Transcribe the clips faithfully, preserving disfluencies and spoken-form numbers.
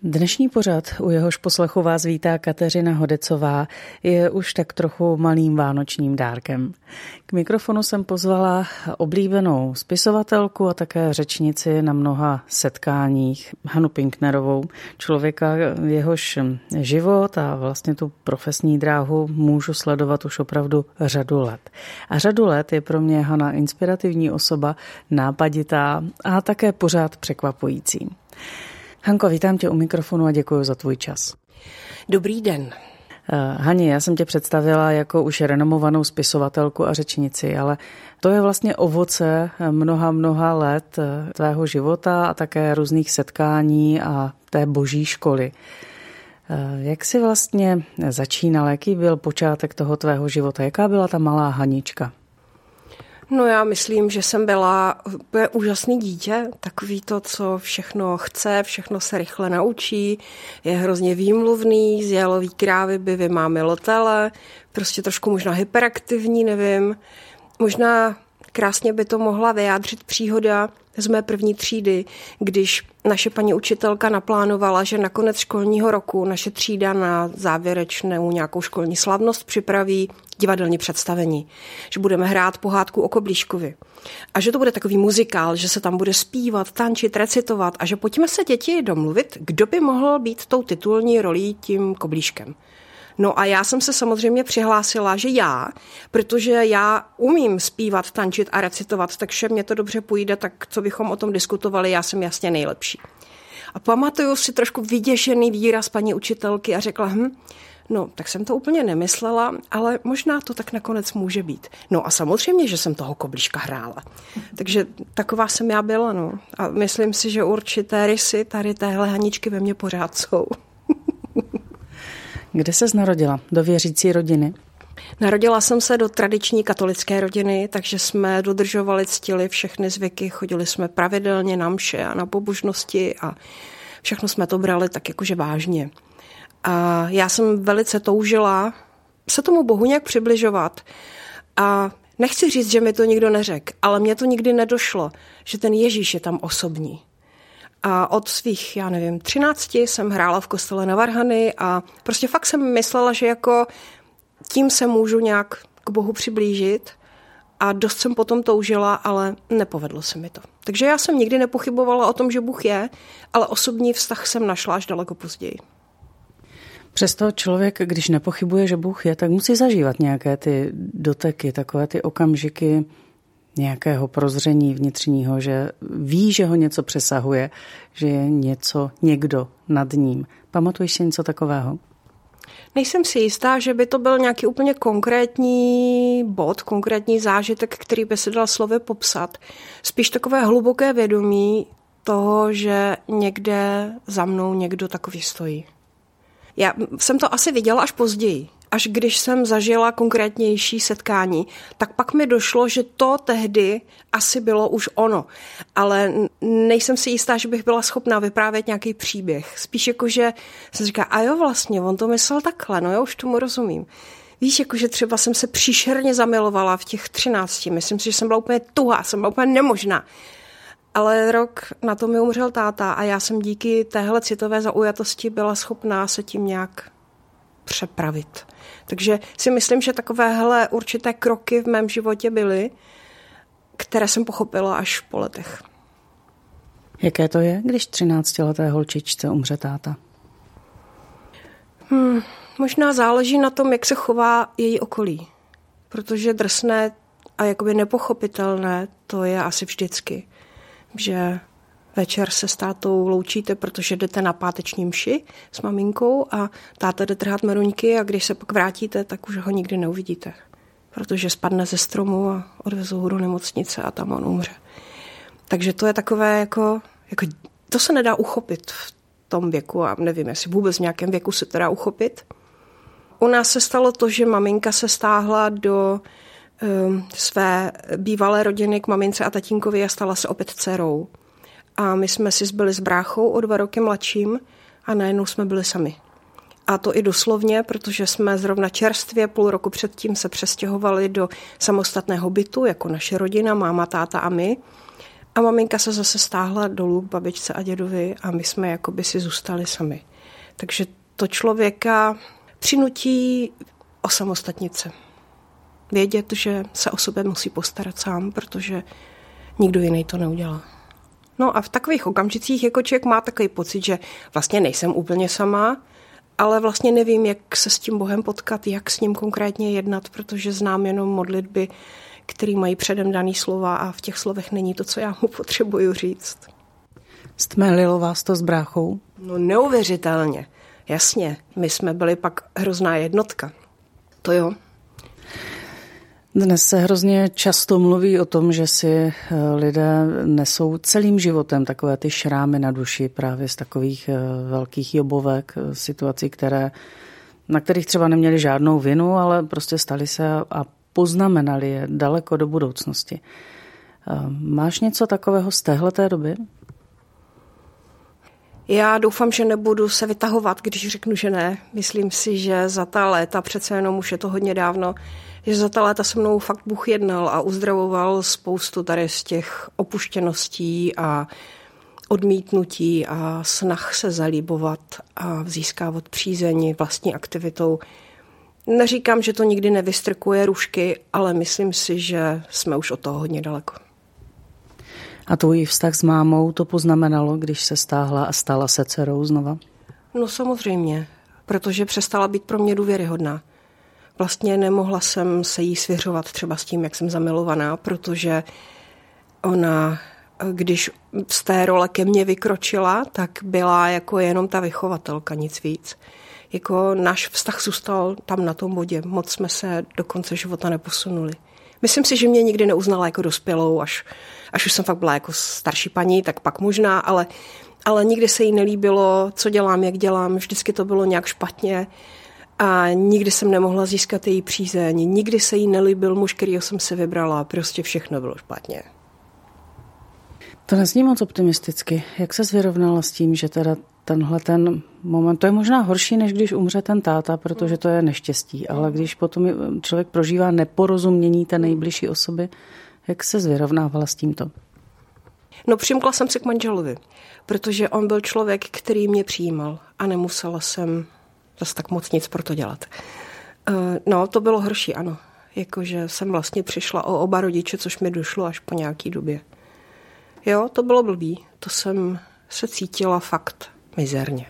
Dnešní pořad, u jehož poslechu vás vítá Kateřina Hodecová, je už tak trochu malým vánočním dárkem. K mikrofonu jsem pozvala oblíbenou spisovatelku a také řečnici na mnoha setkáních, Hanu Pinknerovou, člověka, jehož život a vlastně tu profesní dráhu můžu sledovat už opravdu řadu let. A řadu let je pro mě Hana inspirativní osoba, nápaditá a také pořád překvapující. Hanko, vítám tě u mikrofonu a děkuji za tvůj čas. Dobrý den. Hani, já jsem tě představila jako už renomovanou spisovatelku a řečnici, ale to je vlastně ovoce mnoha, mnoha let tvého života a také různých setkání a té boží školy. Jak jsi vlastně začínala? Jaký byl počátek toho tvého života? Jaká byla ta malá Hanička? No já myslím, že jsem byla úplně úžasný dítě, takový to, co všechno chce, všechno se rychle naučí, je hrozně výmluvný, z jalový krávy by vymámilo tele, prostě trošku možná hyperaktivní, nevím. Možná krásně by to mohla vyjádřit příhoda z mé první třídy, když naše paní učitelka naplánovala, že na konec školního roku naše třída na závěrečnou nějakou školní slavnost připraví divadelní představení, že budeme hrát pohádku o Koblíškovi a že to bude takový muzikál, že se tam bude zpívat, tančit, recitovat a že pojďme se děti domluvit, kdo by mohl být tou titulní rolí tím Koblíškem. No a já jsem se samozřejmě přihlásila, že já, protože já umím zpívat, tančit a recitovat, takže mě to dobře půjde, tak co bychom o tom diskutovali, já jsem jasně nejlepší. A pamatuju si trošku vyděšený výraz paní učitelky a řekla, hm, no, tak jsem to úplně nemyslela, ale možná to tak nakonec může být. No a samozřejmě, že jsem toho Koblíška hrála. Takže taková jsem já byla, no. A myslím si, že určité rysy tady téhle Haničky ve mně pořád jsou. Kde ses narodila? Do věřící rodiny? Narodila jsem se do tradiční katolické rodiny, takže jsme dodržovali, ctili všechny zvyky, chodili jsme pravidelně na mše a na pobožnosti a všechno jsme to brali tak jakože vážně. A já jsem velice toužila se tomu Bohu nějak přibližovat a nechci říct, že mi to nikdo neřekl, ale mně to nikdy nedošlo, že ten Ježíš je tam osobní. A od svých, já nevím, třinácti jsem hrála v kostele na varhany a prostě fakt jsem myslela, že jako tím se můžu nějak k Bohu přiblížit a dost jsem potom toužila, ale nepovedlo se mi to. Takže já jsem nikdy nepochybovala o tom, že Bůh je, ale osobní vztah jsem našla až daleko později. Přesto člověk, když nepochybuje, že Bůh je, tak musí zažívat nějaké ty doteky, takové ty okamžiky nějakého prozření vnitřního, že ví, že ho něco přesahuje, že je něco, někdo nad ním. Pamatuješ si něco takového? Nejsem si jistá, že by to byl nějaký úplně konkrétní bod, konkrétní zážitek, který by se dal slovy popsat. Spíš takové hluboké vědomí toho, že někde za mnou někdo takový stojí. Já jsem to asi viděla až později. Až když jsem zažila konkrétnější setkání, tak pak mi došlo, že to tehdy asi bylo už ono. Ale nejsem si jistá, že bych byla schopná vyprávět nějaký příběh. Spíš jako, že jsem říkala, a jo vlastně, on to myslel takhle, no já už tomu rozumím. Víš, jakože třeba jsem se příšerně zamilovala v těch třinácti. Myslím si, že jsem byla úplně tuhá, jsem byla úplně nemožná. Ale rok na to mi umřel táta a já jsem díky téhle citové zaujatosti byla schopná se tím nějak přepravit. Takže si myslím, že takovéhle určité kroky v mém životě byly, které jsem pochopila až po letech. Jaké to je, když třináctileté holčičce umře táta? Hmm, možná záleží na tom, jak se chová její okolí. Protože drsné a jakoby nepochopitelné to je asi vždycky. Že večer se s tátou loučíte, protože jdete na páteční mši s maminkou a táta jde trhat meruňky a když se pak vrátíte, tak už ho nikdy neuvidíte. Protože spadne ze stromu a odvezou ho do nemocnice a tam on umře. Takže to je takové jako, jako to se nedá uchopit v tom věku a nevím, jestli vůbec v nějakém věku se to dá uchopit. U nás se stalo to, že maminka se stáhla do um, své bývalé rodiny k mamince a tatínkovi a stala se opět dcerou. A my jsme si zbyli s bráchou o dva roky mladším a najednou jsme byli sami. A to i doslovně, protože jsme zrovna čerstvě půl roku předtím se přestěhovali do samostatného bytu, jako naše rodina, máma, táta a my. A maminka se zase stáhla dolů k babičce a dědovi a my jsme jakoby si zůstali sami. Takže to člověka přinutí osamostatnit se. Vědět, že se o sebe musí postarat sám, protože nikdo jiný to neudělá. No a v takových okamžicích jako člověk má takový pocit, že vlastně nejsem úplně sama, ale vlastně nevím, jak se s tím Bohem potkat, jak s ním konkrétně jednat, protože znám jenom modlitby, které mají předem daný slova a v těch slovech není to, co já mu potřebuju říct. Stmelilo vás to s bráchou? No neuvěřitelně. Jasně, my jsme byli pak hrozná jednotka. To jo. Dnes se hrozně často mluví o tom, že si lidé nesou celým životem takové ty šrámy na duši právě z takových velkých jobovek, situací, které, na kterých třeba neměli žádnou vinu, ale prostě staly se a poznamenali je daleko do budoucnosti. Máš něco takového z téhleté doby? Já doufám, že nebudu se vytahovat, když řeknu, že ne. Myslím si, že za ta léta, přece jenom už je to hodně dávno, že za ta léta se mnou fakt Bůh jednal a uzdravoval spoustu tady z těch opuštěností a odmítnutí a snah se zalíbovat a získávat přízeň vlastní aktivitou. Neříkám, že to nikdy nevystrkuje rušky, ale myslím si, že jsme už od toho hodně daleko. A tvůj vztah s mámou to poznamenalo, když se stáhla a stala se dcerou znova? No samozřejmě, protože přestala být pro mě důvěryhodná. Vlastně nemohla jsem se jí svěřovat třeba s tím, jak jsem zamilovaná, protože ona, když z té role ke mně vykročila, tak byla jako jenom ta vychovatelka, nic víc. Jako náš vztah zůstal tam na tom bodě. Moc jsme se do konce života neposunuli. Myslím si, že mě nikdy neuznala jako dospělou, až, až už jsem fakt byla jako starší paní, tak pak možná, ale, ale nikdy se jí nelíbilo, co dělám, jak dělám, vždycky to bylo nějak špatně a nikdy jsem nemohla získat její přízeň, nikdy se jí nelíbil muž, kterýho jsem si vybrala, prostě všechno bylo špatně. To nezní moc optimisticky. Jak se vyrovnala s tím, že teda tenhle ten moment, to je možná horší, než když umře ten táta, protože to je neštěstí, ale když potom člověk prožívá neporozumění té nejbližší osoby, jak se vyrovnávala s tímto? No přimkla jsem se k manželovi, protože on byl člověk, který mě přijímal a nemusela jsem zase tak moc nic pro to dělat. No, to bylo horší, ano. Jakože jsem vlastně přišla o oba rodiče, což mi došlo až po nějaký době. Jo, to bylo blbý. To jsem se cítila fakt mizerně.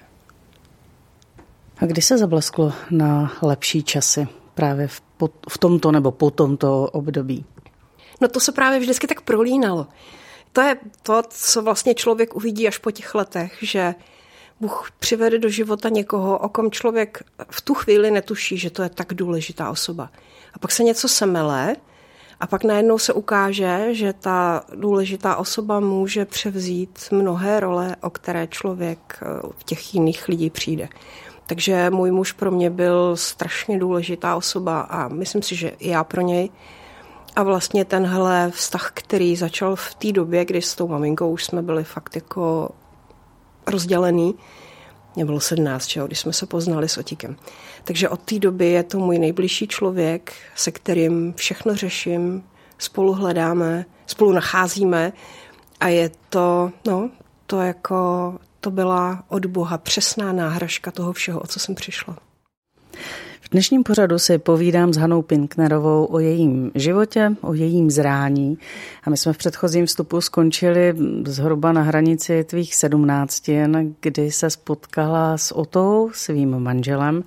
A kdy se zablesklo na lepší časy právě v, po, v tomto nebo po tomto období? No to se právě vždycky tak prolínalo. To je to, co vlastně člověk uvidí až po těch letech, že Bůh přivede do života někoho, o kom člověk v tu chvíli netuší, že to je tak důležitá osoba. A pak se něco semele a pak najednou se ukáže, že ta důležitá osoba může převzít mnohé role, o které člověk v těch jiných lidí přijde. Takže můj muž pro mě byl strašně důležitá osoba a myslím si, že i já pro něj. A vlastně tenhle vztah, který začal v té době, kdy s tou maminkou už jsme byli fakt jako rozdělený. Mě bylo sedmnáct, čeho, když jsme se poznali s Otíkem. Takže od té doby je to můj nejbližší člověk, se kterým všechno řeším, spolu hledáme, spolu nacházíme a je to, no, to jako, to byla od Boha přesná náhražka toho všeho, o co jsem přišla. V dnešním pořadu si povídám s Hanou Pinknerovou o jejím životě, o jejím zrání. A my jsme v předchozím vstupu skončili zhruba na hranici tvých sedmnáctin, kdy se spotkala s Otou, svým manželem,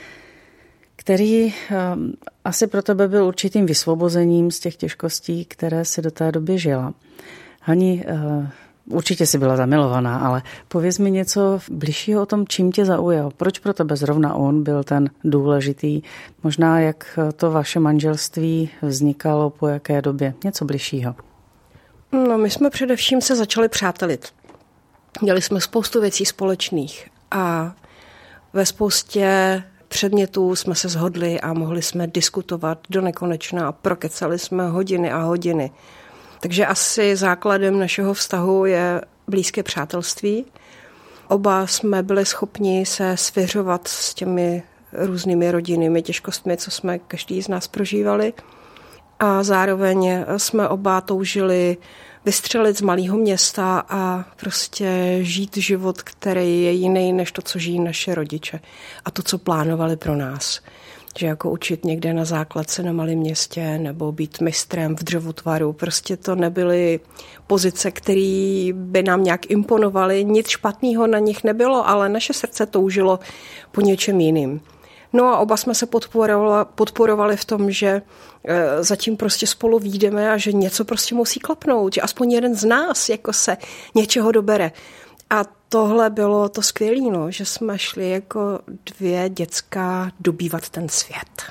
který asi pro tebe byl určitým vysvobozením z těch těžkostí, které si do té doby žila. Hani, určitě jsi byla zamilovaná, ale pověz mi něco bližšího o tom, čím tě zaujal. Proč pro tebe zrovna on byl ten důležitý? Možná jak to vaše manželství vznikalo, po jaké době? Něco bližšího. No, my jsme především se začali přátelit. Měli jsme spoustu věcí společných a ve spoustě předmětů jsme se shodli a mohli jsme diskutovat do nekonečna a prokecali jsme hodiny a hodiny. Takže asi základem našeho vztahu je blízké přátelství. Oba jsme byli schopni se svěřovat s těmi různými rodinnými těžkostmi, co jsme každý z nás prožívali. a zároveň jsme oba toužili vystřelit z malého města a prostě žít život, který je jiný než to, co žijí naše rodiče a to, co plánovali pro nás. Že jako učit někde na základce na malém městě nebo být mistrem v dřevotvaru. Prostě to nebyly pozice, které by nám nějak imponovaly. Nic špatného na nich nebylo, ale naše srdce toužilo po něčem jiným. No a oba jsme se podporovali, podporovali v tom, že e, zatím prostě spolu výjdeme a že něco prostě musí klapnout, že aspoň jeden z nás jako se něčeho dobere. A tohle bylo to skvělé, no, že jsme šli jako dvě děcka dobývat ten svět.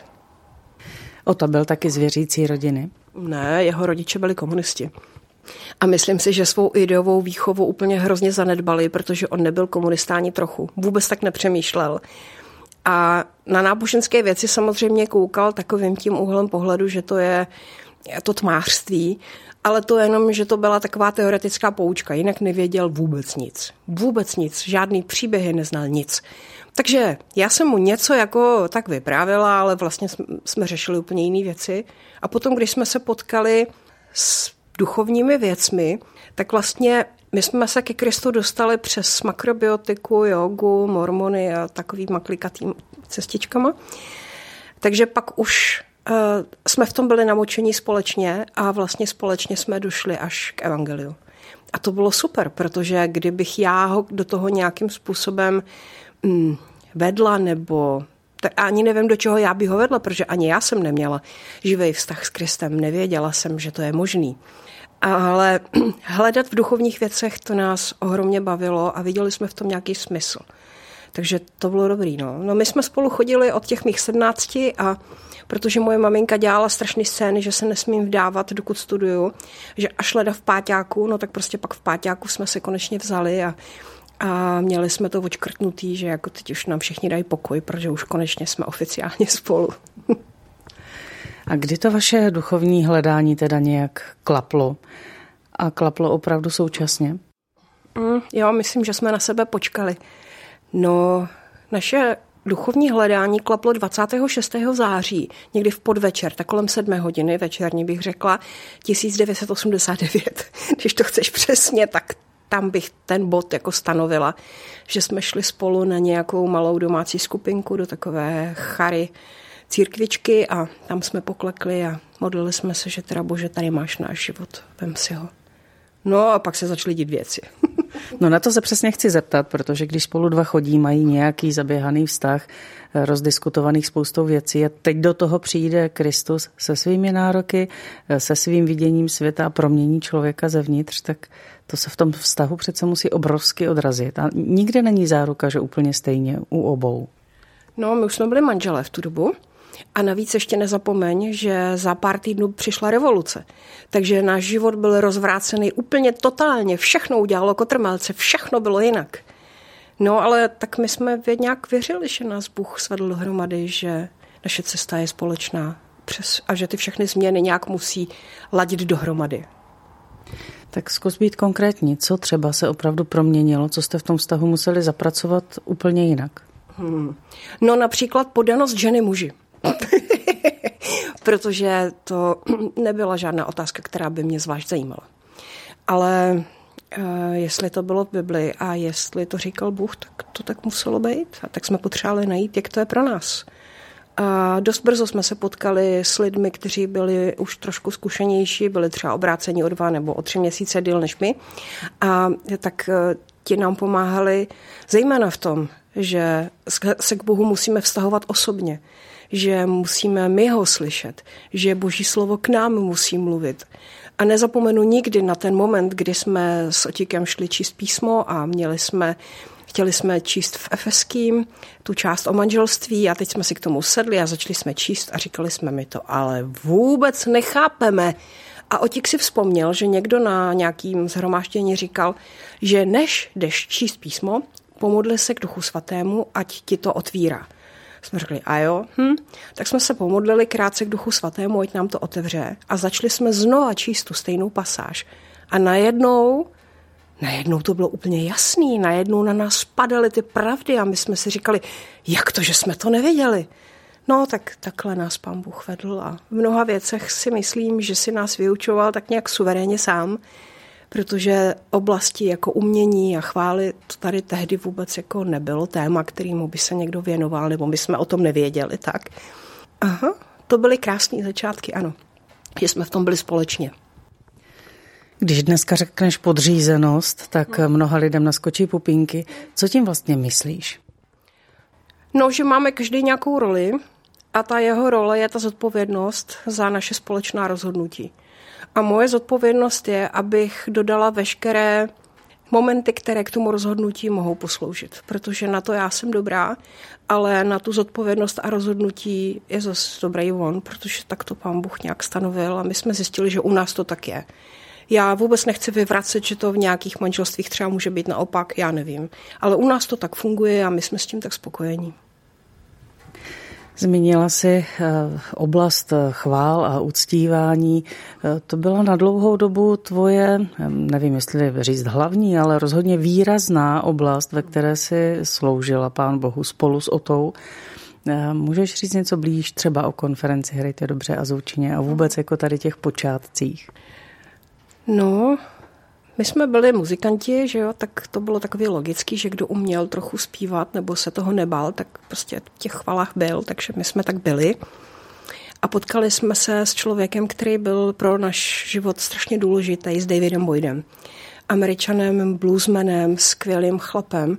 Ota byl taky z věřící rodiny? Ne, jeho rodiče byli komunisti. A myslím si, že svou ideovou výchovu úplně hrozně zanedbali, protože on nebyl komunista ani trochu. Vůbec tak nepřemýšlel. A na náboženské věci samozřejmě koukal takovým tím úhlem pohledu, že to je to tmářství, ale to jenom, že to byla taková teoretická poučka, jinak nevěděl vůbec nic. Vůbec nic, žádný příběhy neznal nic. Takže já jsem mu něco jako tak vyprávěla, ale vlastně jsme řešili úplně jiné věci. A potom, když jsme se potkali s duchovními věcmi, tak vlastně my jsme se ke Kristu dostali přes makrobiotiku, jogu, mormony a takovýma klikatými cestičkama. Takže pak už uh, jsme v tom byli namočení společně a vlastně společně jsme došli až k evangeliu. A to bylo super, protože kdybych já ho do toho nějakým způsobem mm, vedla nebo... Tak ani nevím, do čeho já bych ho vedla, protože ani já jsem neměla živý vztah s Kristem, nevěděla jsem, že to je možný. Ale hledat v duchovních věcech to nás ohromně bavilo a viděli jsme v tom nějaký smysl. Takže to bylo dobrý. No, no my jsme spolu chodili od těch mých sedmnácti a protože moje maminka dělala strašný scény, že se nesmím vdávat, dokud studuju, že až leda v páťáku, no tak prostě pak v páťáku jsme se konečně vzali a, a měli jsme to odškrtnutý, že jako teď už nám všichni dají pokoj, protože už konečně jsme oficiálně spolu. A kdy to vaše duchovní hledání teda nějak klaplo? A klaplo opravdu současně? Mm, jo, myslím, že jsme na sebe počkali. No, naše duchovní hledání klaplo dvacátého šestého září, někdy v podvečer, tak kolem sedmé hodiny večerní bych řekla, tisíc devět set osmdesát devět. Když to chceš přesně, tak tam bych ten bod jako stanovila, že jsme šli spolu na nějakou malou domácí skupinku do takové chary církvičky a tam jsme poklekli a modlili jsme se, že teda Bože, tady máš náš život, vem si ho. No a pak se začaly dít věci. No na to se přesně chci zeptat, protože když spolu dva chodí, mají nějaký zaběhaný vztah, rozdiskutovaných spoustou věcí a teď do toho přijde Kristus se svými nároky, se svým viděním světa a promění člověka zevnitř, tak to se v tom vztahu přece musí obrovsky odrazit. A nikde není záruka, že úplně stejně u obou. No, my už jsme byli manželé v tu dobu. A navíc ještě nezapomeň, že za pár týdnů přišla revoluce. Takže náš život byl rozvrácený úplně totálně. Všechno udělalo kotrmelce, všechno bylo jinak. No ale tak my jsme nějak věřili, že nás Bůh svedl dohromady, že naše cesta je společná a že ty všechny změny nějak musí ladit dohromady. Tak zkus být konkrétní. Co třeba se opravdu proměnilo? Co jste v tom vztahu museli zapracovat úplně jinak? Hmm. No například podanost ženy muži. Protože to nebyla žádná otázka, která by mě zvlášť zajímala. Ale uh, jestli to bylo v Bibli a jestli to říkal Bůh, tak to tak muselo být. A tak jsme potřebovali najít, jak to je pro nás. A dost brzo jsme se potkali s lidmi, kteří byli už trošku zkušenější, byli třeba obráceni o dva nebo o tři měsíce díl než my. A tak uh, ti nám pomáhali zejména v tom, že se k Bohu musíme vztahovat osobně, že musíme my ho slyšet, že Boží slovo k nám musí mluvit. A nezapomenu nikdy na ten moment, kdy jsme s Otíkem šli číst písmo a měli jsme, chtěli jsme číst v Efeským tu část o manželství a teď jsme si k tomu sedli a začali jsme číst a říkali jsme mi to, ale vůbec nechápeme. A Otík si vzpomněl, že někdo na nějakým shromáždění říkal, že než jdeš číst písmo, pomodli se k Duchu Svatému, ať ti to otvírá. Jsme řekli, a jo, hm. Tak jsme se pomodlili krátce k Duchu Svatému, ať nám to otevře a začali jsme znova číst tu stejnou pasáž. A najednou, najednou to bylo úplně jasný, najednou na nás padaly ty pravdy a my jsme si říkali, jak to, že jsme to nevěděli. No, tak takhle nás Pán Bůh vedl a v mnoha věcech si myslím, že si nás vyučoval tak nějak suverénně sám, protože oblasti jako umění a chvály, to tady tehdy vůbec jako nebylo téma, kterému by se někdo věnoval, nebo my jsme o tom nevěděli, tak. Aha, to byly krásné začátky, ano, že jsme v tom byli společně. Když dneska řekneš podřízenost, tak mnoha lidem naskočí pupínky. Co tím vlastně myslíš? No, že máme každý nějakou roli a ta jeho role je ta zodpovědnost za naše společná rozhodnutí. A moje zodpovědnost je, abych dodala veškeré momenty, které k tomu rozhodnutí mohou posloužit. Protože na to já jsem dobrá, ale na tu zodpovědnost a rozhodnutí je zase dobrý on, protože tak to Pán Bůh nějak stanovil a my jsme zjistili, že u nás to tak je. Já vůbec nechci vyvracet, že to v nějakých manželstvích třeba může být naopak, já nevím. Ale u nás to tak funguje a my jsme s tím tak spokojení. Zmínila jsi oblast chvál a uctívání. To byla na dlouhou dobu tvoje, nevím, jestli říct hlavní, ale rozhodně výrazná oblast, ve které jsi sloužila Pánu Bohu spolu s Otou. Můžeš říct něco blíž třeba o konferenci Hrajte dobře a zvučně a vůbec jako tady těch počátcích? No, my jsme byli muzikanti, že jo, tak to bylo takový logický, že kdo uměl trochu zpívat nebo se toho nebál, tak prostě v těch chvalách byl, takže my jsme tak byli. A potkali jsme se s člověkem, který byl pro náš život strašně důležitý, s Davidem Boydem. Američanem, bluesmanem, skvělým chlapem.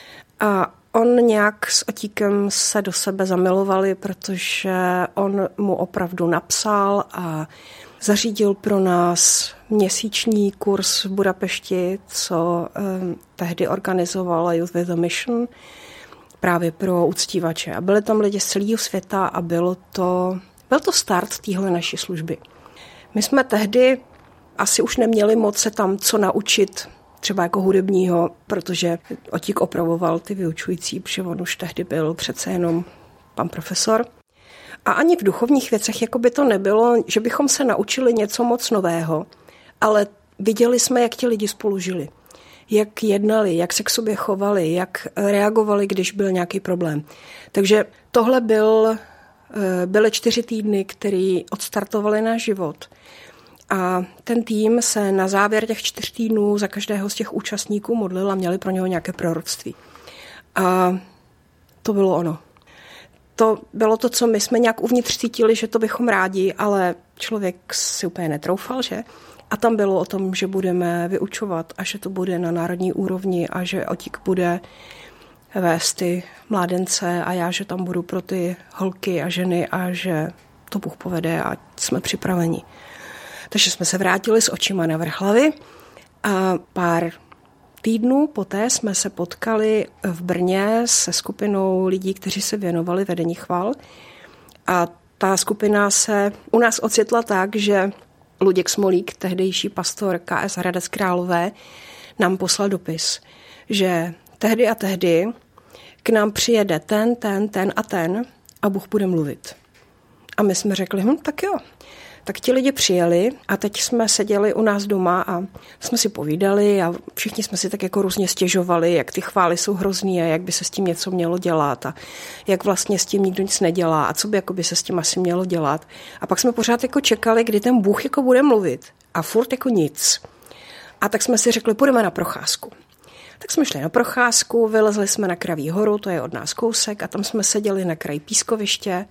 A on nějak s Otíkem se do sebe zamilovali, protože on mu opravdu napsal a zařídil pro nás měsíční kurz v Budapešti, co eh, tehdy organizovala Youth with a Mission právě pro uctívače. A byli tam lidi z celého světa a bylo to, byl to start téhle naší služby. My jsme tehdy asi už neměli moc se tam co naučit, třeba jako hudebního, protože Otík opravoval ty vyučující, protože on už tehdy byl přece jenom pan profesor. A ani v duchovních věcech jako by to nebylo, že bychom se naučili něco moc nového, ale viděli jsme, jak ti lidi spolu žili. Jak jednali, jak se k sobě chovali, jak reagovali, když byl nějaký problém. Takže tohle byl, byly čtyři týdny, které odstartovaly náš život. A ten tým se na závěr těch čtyř týdnů za každého z těch účastníků modlil a měli pro něho nějaké proroctví. A to bylo ono. To bylo to, co my jsme nějak uvnitř cítili, že to bychom rádi, ale člověk si úplně netroufal, že? A tam bylo o tom, že budeme vyučovat a že to bude na národní úrovni a že Otík bude vést ty mládence a já, že tam budu pro ty holky a ženy a že to Bůh povede a jsme připraveni. Takže jsme se vrátili s očima na vrch hlavy a pár týdnů poté jsme se potkali v Brně se skupinou lidí, kteří se věnovali vedení chval. A ta skupina se u nás ocitla tak, že Luděk Smolík, tehdejší pastor K S Hradec Králové, nám poslal dopis, že tehdy a tehdy k nám přijede ten, ten, ten a ten a Bůh bude mluvit. A my jsme řekli, hm, tak jo. Tak ti lidi přijeli a teď jsme seděli u nás doma a jsme si povídali a všichni jsme si tak jako různě stěžovali, jak ty chvály jsou hrozný a jak by se s tím něco mělo dělat a jak vlastně s tím nikdo nic nedělá a co by jako by se s tím asi mělo dělat. A pak jsme pořád jako čekali, kdy ten Bůh jako bude mluvit a furt jako nic. A tak jsme si řekli, půjdeme na procházku. Tak jsme šli na procházku, vylezli jsme na Kraví horu, to je od nás kousek a tam jsme seděli na kraji pískoviště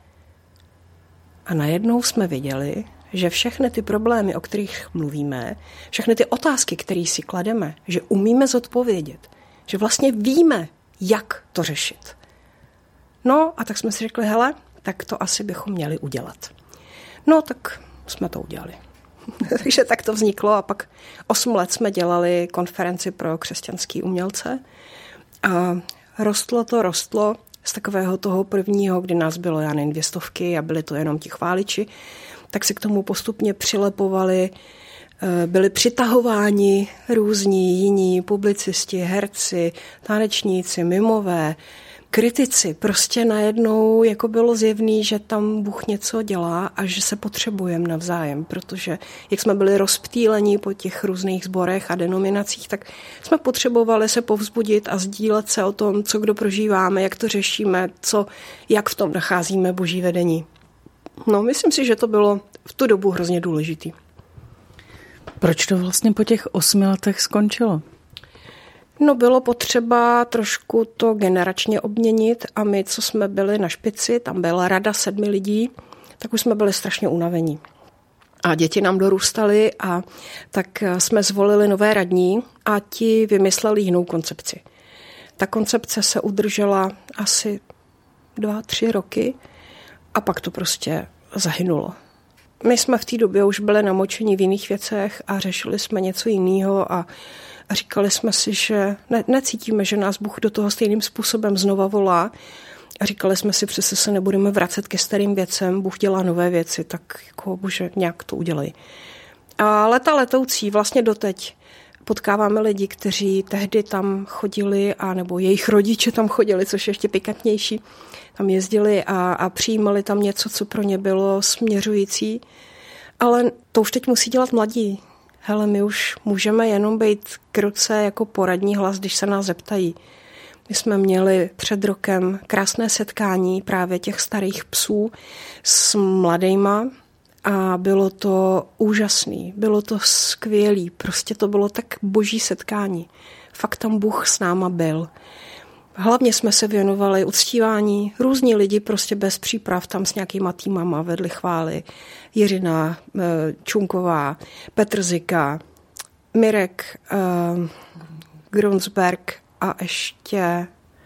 a najednou jsme viděli, že všechny ty problémy, o kterých mluvíme, všechny ty otázky, které si klademe, že umíme zodpovědět, že vlastně víme, jak to řešit. No a tak jsme si řekli, hele, tak to asi bychom měli udělat. No tak jsme to udělali. Takže tak to vzniklo a pak osm let jsme dělali konferenci pro křesťanský umělce a rostlo to, rostlo z takového toho prvního, kdy nás bylo, já nevím, dvě stovky a byli to jenom ti chváliči, tak se k tomu postupně přilepovali, byli přitahováni různí jiní publicisti, herci, tanečníci, mimové, kritici. Prostě najednou jako bylo zjevný, že tam Bůh něco dělá a že se potřebujeme navzájem, protože jak jsme byli rozptýlení po těch různých sborech a denominacích, tak jsme potřebovali se povzbudit a sdílet se o tom, co kdo prožíváme, jak to řešíme, co, jak v tom nacházíme Boží vedení. No, myslím si, že to bylo v tu dobu hrozně důležitý. Proč to vlastně po těch osmi letech skončilo? No, bylo potřeba trošku to generačně obměnit a my, co jsme byli na špici, tam byla rada sedmi lidí, tak už jsme byli strašně unavení. A děti nám dorůstaly a tak jsme zvolili nové radní a ti vymysleli jinou koncepci. Ta koncepce se udržela asi dva, tři roky a pak to prostě zahynulo. My jsme v té době už byli namočeni v jiných věcech a řešili jsme něco jiného a A říkali jsme si, že ne, necítíme, že nás Bůh do toho stejným způsobem znova volá. A říkali jsme si, přece se nebudeme vracet ke starým věcem, Bůh dělá nové věci, tak jako bože, nějak to udělej. A leta letoucí, vlastně doteď potkáváme lidi, kteří tehdy tam chodili, a nebo jejich rodiče tam chodili, což je ještě pikantnější, tam jezdili a, a přijímali tam něco, co pro ně bylo směřující. Ale to už teď musí dělat mladí. Hele, my už můžeme jenom být k ruce jako poradní hlas, když se nás zeptají. My jsme měli před rokem krásné setkání právě těch starých psů s mladejma a bylo to úžasný, bylo to skvělý, prostě to bylo tak boží setkání. Fakt tam Bůh s náma byl. Hlavně jsme se věnovali uctívání. Různí lidi prostě bez příprav tam s nějakýma týmama vedli chvály. Jiřina Čunková, Petr Zika, Mirek uh, Grunsberg a ještě,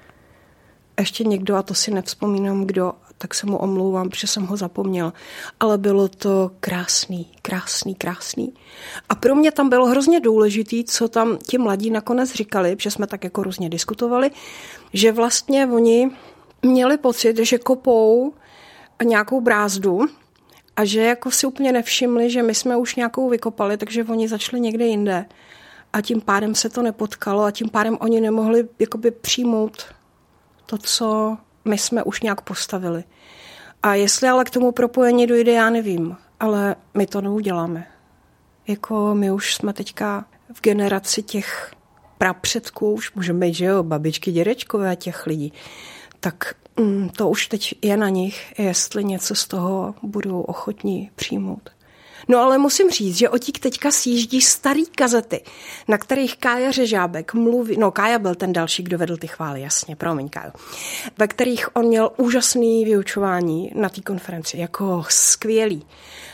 ještě někdo, a to si nevzpomínám kdo, tak se mu omlouvám, protože jsem ho zapomněla. Ale bylo to krásný, krásný, krásný. A pro mě tam bylo hrozně důležitý, co tam ti mladí nakonec říkali, protože jsme tak jako různě diskutovali, že vlastně oni měli pocit, že kopou nějakou brázdu a že jako si úplně nevšimli, že my jsme už nějakou vykopali, takže oni začali někde jinde. A tím pádem se to nepotkalo a tím pádem oni nemohli jakoby přijmout to, co my jsme už nějak postavili. A jestli ale k tomu propojení dojde, já nevím, ale my to neuděláme. Jako my už jsme teďka v generaci těch prapředků, už můžeme být, že jo, babičky, dědečkové těch lidí, tak mm, to už teď je na nich, jestli něco z toho budou ochotní přijmout. No ale musím říct, že Otík teďka sjíždí starý kazety, na kterých Kája Řežábek mluví, no Kája byl ten další, kdo vedl ty chvály, jasně, promiň Kájo, ve kterých on měl úžasný vyučování na té konferenci, jako skvělý.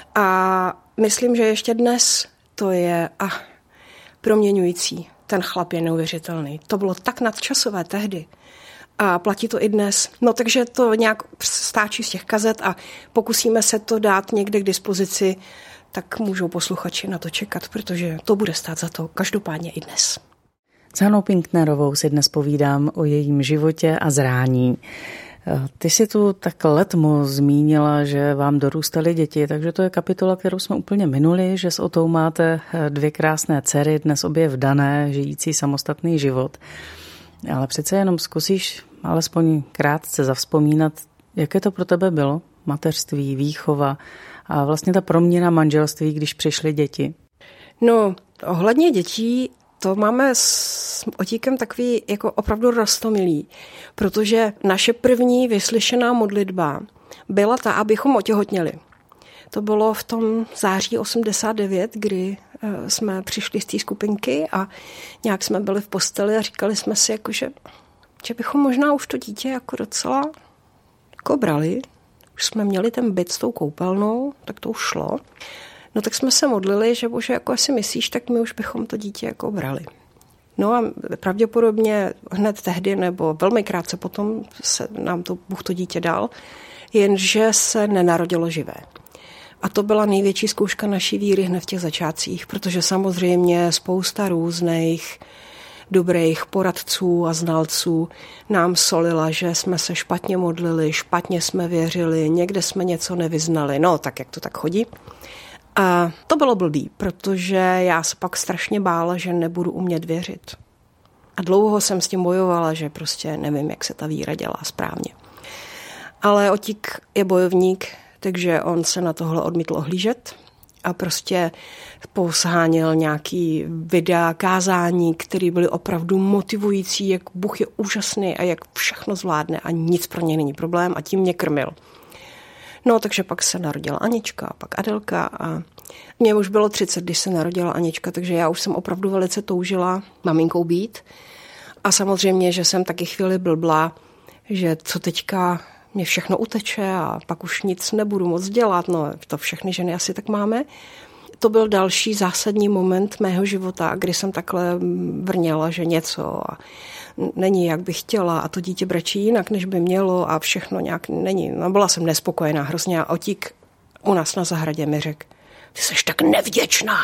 A myslím, že ještě dnes to je ah, proměňující. Ten chlap je neuvěřitelný. To bylo tak nadčasové tehdy. A platí to i dnes. No takže to nějak stáčí z těch kazet a pokusíme se to dát někde k dispozici, tak můžou posluchači na to čekat, protože to bude stát za to každopádně i dnes. S Hanou Pinknerovou si dnes povídám o jejím životě a zrání. Ty si tu tak letmo zmínila, že vám dorůstaly děti, takže to je kapitola, kterou jsme úplně minuli, že s Otou máte dvě krásné dcery, dnes obě vdané, žijící samostatný život. Ale přece jenom zkusíš alespoň krátce zavzpomínat, jaké to pro tebe bylo, mateřství, výchova a vlastně ta proměna manželství, když přišly děti. No, ohledně dětí, to máme s Otíkem takový jako opravdu roztomilý, protože naše první vyslyšená modlitba byla ta, abychom otěhotněli. To bylo v tom září osmdesát devět, kdy jsme přišli z té skupinky a nějak jsme byli v posteli a říkali jsme si, jako, že, že bychom možná už to dítě jako docela jako brali. Už jsme měli ten byt s tou koupelnou, tak to už šlo. No tak jsme se modlili, že bože, jako si myslíš, tak my už bychom to dítě jako brali. No a pravděpodobně hned tehdy nebo velmi krátce potom se nám to Bůh to dítě dal, jenže se nenarodilo živé. A to byla největší zkouška naší víry hned v těch začátcích, protože samozřejmě spousta různých dobrých poradců a znalců nám solila, že jsme se špatně modlili, špatně jsme věřili, někde jsme něco nevyznali, no tak jak to tak chodí. A to bylo blbý, protože já se pak strašně bála, že nebudu umět věřit. A dlouho jsem s tím bojovala, že prostě nevím, jak se ta víra dělá správně. Ale Otík je bojovník, takže on se na tohle odmítl ohlížet a prostě poshánil nějaký videa, kázání, které byly opravdu motivující, jak Bůh je úžasný a jak všechno zvládne a nic pro něj není problém a tím mě krmil. No, takže pak se narodila Anička, pak Adelka a mně už bylo třicet, když se narodila Anička, takže já už jsem opravdu velice toužila maminkou být. A samozřejmě, že jsem taky chvíli blbla, že co teďka mě všechno uteče a pak už nic nebudu moc dělat. No, to všechny ženy asi tak máme. To byl další zásadní moment mého života, kdy jsem takhle vrněla, že něco a není, jak bych chtěla a to dítě brečí jinak, než by mělo a všechno nějak není. No, byla jsem nespokojená hrozně a Otík u nás na zahradě mi řekl, ty jsi tak nevděčná.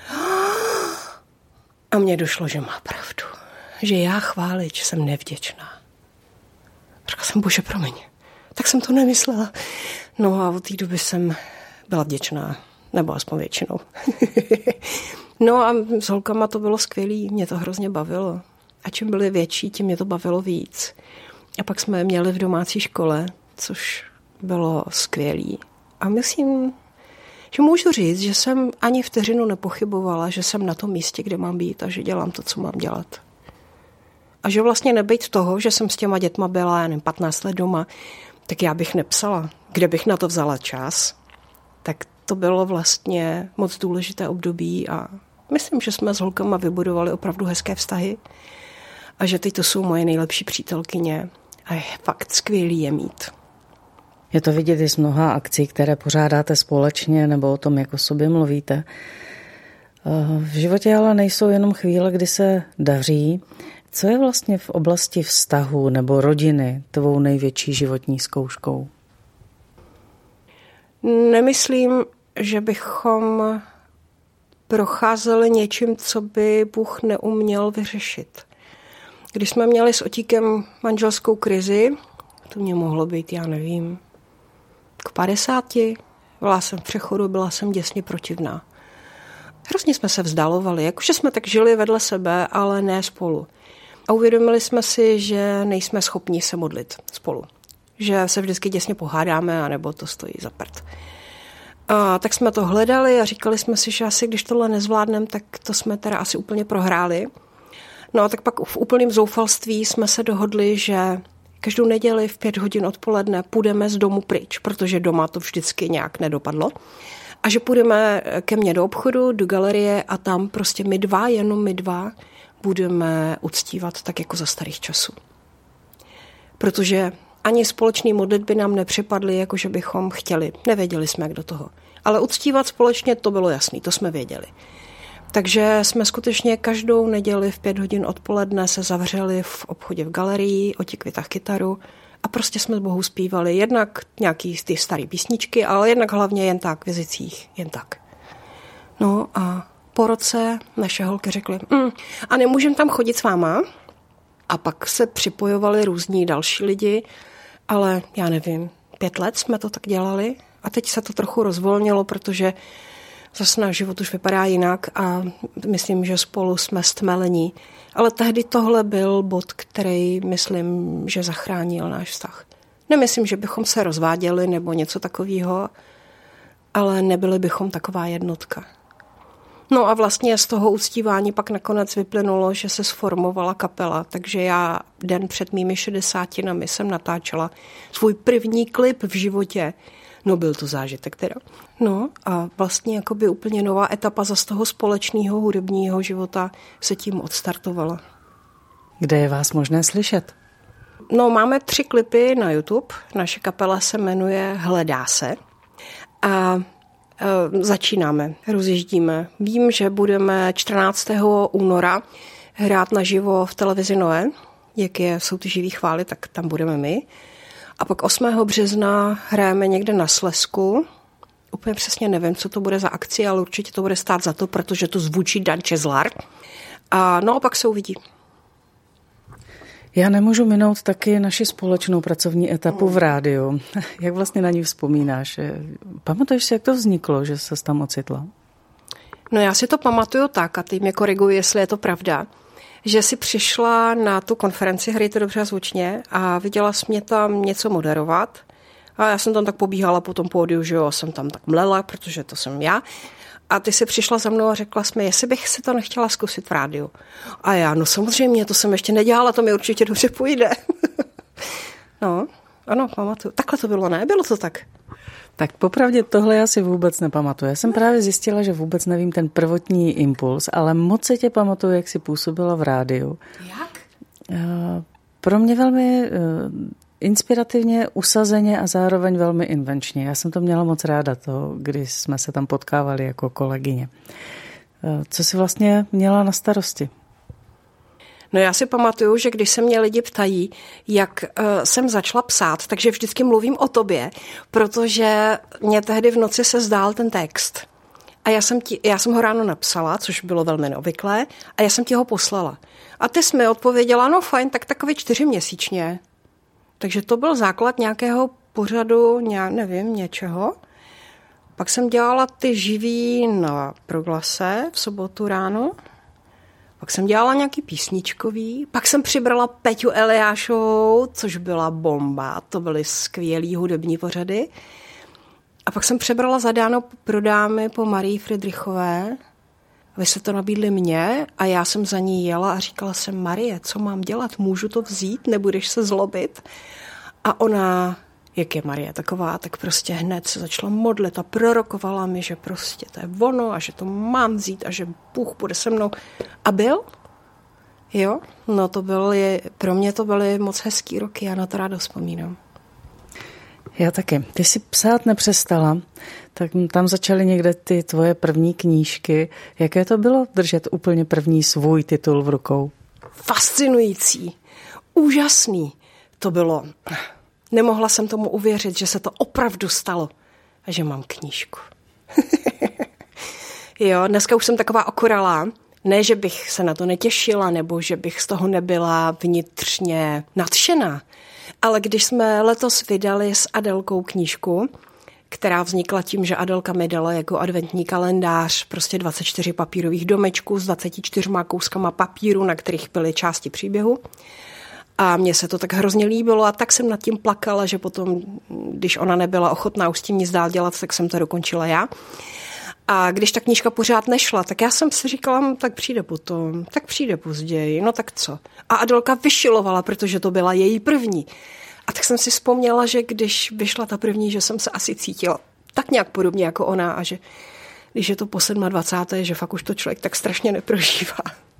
A mně došlo, že má pravdu. Že já chválič jsem nevděčná. Řekla jsem, bože, promiň. Tak jsem to nemyslela. No a od té doby jsem byla vděčná. Nebo aspoň většinou. No a s holkama to bylo skvělý. Mě to hrozně bavilo. A čím byly větší, tím mě to bavilo víc. A pak jsme je měli v domácí škole, což bylo skvělý. A myslím, že můžu říct, že jsem ani vteřinu nepochybovala, že jsem na tom místě, kde mám být a že dělám to, co mám dělat. A že vlastně nebejt toho, že jsem s těma dětma byla, já nevím, patnáct let doma, tak já bych nepsala. Kde bych na to vzala čas? Tak to bylo vlastně moc důležité období a myslím, že jsme s holkama vybudovali opravdu hezké vztahy a že teď to jsou moje nejlepší přítelkyně a je fakt skvělý je mít. Je to vidět i z mnoha akcí, které pořádáte společně nebo o tom, jak o sobě mluvíte. V životě ale nejsou jenom chvíle, kdy se daří. Co je vlastně v oblasti vztahu nebo rodiny tvou největší životní zkouškou? Nemyslím, že bychom procházeli něčím, co by Bůh neuměl vyřešit. Když jsme měli s Otíkem manželskou krizi, to mě mohlo být, já nevím, k padesáti, byla jsem v přechodu, byla jsem děsně protivná. Hrozně jsme se vzdalovali, jakože jsme tak žili vedle sebe, ale ne spolu. A uvědomili jsme si, že nejsme schopni se modlit spolu. Že se vždycky děsně pohádáme, anebo to stojí za prd. A tak jsme to hledali a říkali jsme si, že asi když tohle nezvládneme, tak to jsme teda asi úplně prohráli. No a tak pak v úplném zoufalství jsme se dohodli, že každou neděli v pět hodin odpoledne půjdeme z domu pryč, protože doma to vždycky nějak nedopadlo. A že půjdeme ke mně do obchodu, do galerie a tam prostě my dva, jenom my dva, budeme uctívat tak jako za starých časů. Protože ani společný modlitby nám nepřipadly, jako že bychom chtěli. Nevěděli jsme, jak do toho. Ale uctívat společně, to bylo jasný, to jsme věděli. Takže jsme skutečně každou neděli v pět hodin odpoledne se zavřeli v obchodě v galerii, Otík vytáhl kytaru a prostě jsme s Bohu zpívali jednak nějaký ty staré písničky, ale jednak hlavně jen tak, v jazicích, jen tak. No a po roce naše holky řekly, mm, a nemůžem tam chodit s váma? A pak se připojovali různí další lidi, ale já nevím, pět let jsme to tak dělali a teď se to trochu rozvolnilo, protože zase náš život už vypadá jinak a myslím, že spolu jsme stmelení. Ale tehdy tohle byl bod, který myslím, že zachránil náš vztah. Nemyslím, že bychom se rozváděli nebo něco takového, ale nebyli bychom taková jednotka. No a vlastně z toho uctívání pak nakonec vyplynulo, že se sformovala kapela, takže já den před mými šedesátinami jsem natáčela svůj první klip v životě. No byl to zážitek teda. No a vlastně jakoby úplně nová etapa za z toho společného hudebního života se tím odstartovala. Kde je vás možné slyšet? No máme tři klipy na YouTube. Naše kapela se jmenuje Hledá se. A začínáme, rozjíždíme. Vím, že budeme čtrnáctého února hrát naživo v televizi Noe, jak je, jsou ty živý chvály, tak tam budeme my. A pak osmého března hrajeme někde na Slezsku. Úplně přesně nevím, co to bude za akci, ale určitě to bude stát za to, protože to zvučí Dan Čezlar. A no a pak se uvidí. Já nemůžu minout taky naši společnou pracovní etapu v rádiu. Jak vlastně na ní vzpomínáš? Pamatuješ si, jak to vzniklo, že ses tam ocitla? No já si to pamatuju tak a ty mě koriguji, jestli je to pravda, že si přišla na tu konferenci Hrajte dobře a zvučně a viděla jsi mě tam něco moderovat. A já jsem tam tak pobíhala po tom pódiu, že jo, jsem tam tak mlela, protože to jsem já. A ty si přišla za mnou a řekla jsi mi, jestli bych si to nechtěla zkusit v rádiu. A já, no samozřejmě, to jsem ještě nedělala, to mi určitě dobře půjde. No, ano, pamatuju. Takhle to bylo, ne? Bylo to tak? Tak popravdě tohle já si vůbec nepamatuju. Já jsem právě zjistila, že vůbec nevím ten prvotní impuls, ale moc se tě pamatuju, jak jsi působila v rádiu. Jak? Pro mě velmi inspirativně, usazeně a zároveň velmi invenčně. Já jsem to měla moc ráda, to, když jsme se tam potkávali jako kolegyně. Co jsi vlastně měla na starosti? No já si pamatuju, že když se mě lidi ptají, jak uh, jsem začala psát, takže vždycky mluvím o tobě, protože mě tehdy v noci se zdál ten text. A já jsem, ti, já jsem ho ráno napsala, což bylo velmi neobvyklé, a já jsem ti ho poslala. A ty jsi mi odpověděla, no fajn, tak takový čtyři měsíčně. Takže to byl základ nějakého pořadu, nějak, nevím, něčeho. Pak jsem dělala ty živý na Proglase v sobotu ráno. Pak jsem dělala nějaký písničkový. Pak jsem přibrala Peťu Eliášovou, což byla bomba. To byly skvělý hudební pořady. A pak jsem přebrala Zadáno pro dámy po Marii Friedrichové. Vy se to nabídli mně a já jsem za ní jela a říkala jsem, Marie, co mám dělat? Můžu to vzít? Nebudeš se zlobit? A ona, jak je Marie taková, tak prostě hned se začala modlit a prorokovala mi, že prostě to je ono a že to mám vzít a že Bůh bude se mnou. A byl? Jo, no to byly, pro mě to byly moc hezký roky, já na to ráda vzpomínám. Já taky. Ty jsi psát nepřestala, tak tam začaly někde ty tvoje první knížky. Jaké to bylo držet úplně první svůj titul v rukou? Fascinující, úžasný to bylo. Nemohla jsem tomu uvěřit, že se to opravdu stalo a že mám knížku. Jo, dneska už jsem taková okoralá. Ne, že bych se na to netěšila, nebo že bych z toho nebyla vnitřně nadšená. Ale když jsme letos vydali s Adelkou knížku, která vznikla tím, že Adelka mi dala jako adventní kalendář prostě dvacet čtyři papírových domečků s dvacet čtyři kouskama papíru, na kterých byly části příběhu. A mně se to tak hrozně líbilo a tak jsem nad tím plakala, že potom, když ona nebyla ochotná už s tím nic dál dělat, tak jsem to dokončila já. A když ta knížka pořád nešla, tak já jsem si říkala, tak přijde potom, tak přijde později, no tak co. A Adelka vyšilovala, protože to byla její první. A tak jsem si vzpomněla, že když vyšla ta první, že jsem se asi cítila tak nějak podobně jako ona a že když je to po dvacáté sedmé že fakt už to člověk tak strašně neprožívá.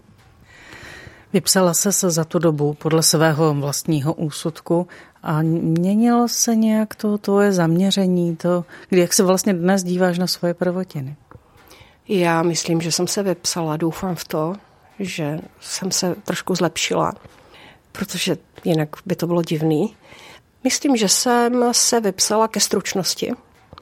Vypsala se se za tu dobu podle svého vlastního úsudku a měnilo se nějak to tvoje zaměření, to, kdy jak se vlastně dnes díváš na svoje prvotiny? Já myslím, že jsem se vypsala, doufám v to, že jsem se trošku zlepšila, protože jinak by to bylo divný. Myslím, že jsem se vypsala ke stručnosti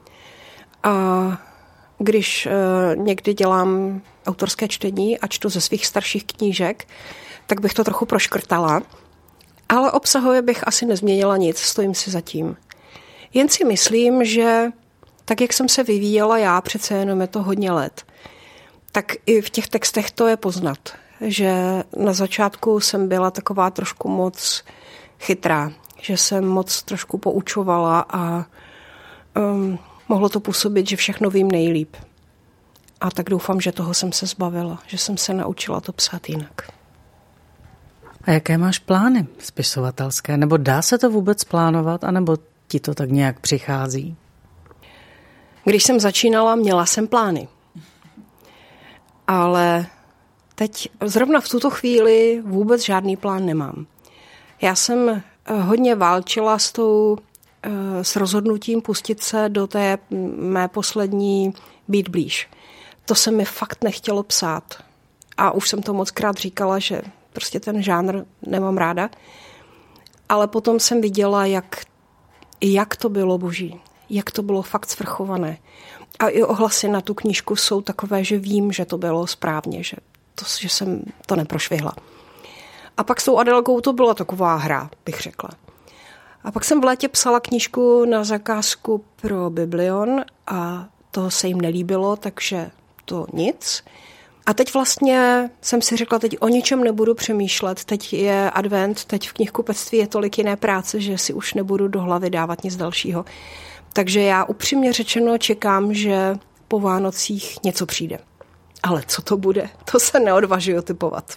a když e, někdy dělám autorské čtení a čtu ze svých starších knížek, tak bych to trochu proškrtala, ale obsahově bych asi nezměnila nic, stojím si za tím. Jen si myslím, že tak, jak jsem se vyvíjela já, přece jenom je to hodně let, tak i v těch textech to je poznat, že na začátku jsem byla taková trošku moc chytrá, že jsem moc trošku poučovala a um, mohlo to působit, že všechno vím nejlíp. A tak doufám, že toho jsem se zbavila, že jsem se naučila to psát jinak. A jaké máš plány spisovatelské? Nebo dá se to vůbec plánovat, anebo ti to tak nějak přichází? Když jsem začínala, měla jsem plány. Ale teď zrovna v tuto chvíli vůbec žádný plán nemám. Já jsem hodně válčila s, tou, s rozhodnutím pustit se do té mé poslední Být blíž. To se mi fakt nechtělo psát. A už jsem to mockrát říkala, že prostě ten žánr nemám ráda. Ale potom jsem viděla, jak, jak to bylo boží. Jak to bylo fakt svrchované. A i ohlasy na tu knížku jsou takové, že vím, že to bylo správně, že, to, že jsem to neprošvihla. A pak s tou Adelkou to byla taková hra, bych řekla. A pak jsem v létě psala knížku na zakázku pro Biblion a to se jim nelíbilo, takže to nic. A teď vlastně jsem si řekla, teď o ničem nebudu přemýšlet, teď je advent, teď v knihkupectví je tolik jiné práce, že si už nebudu do hlavy dávat nic dalšího. Takže já upřímně řečeno čekám, že po Vánocích něco přijde. Ale co to bude, to se neodvažuji typovat.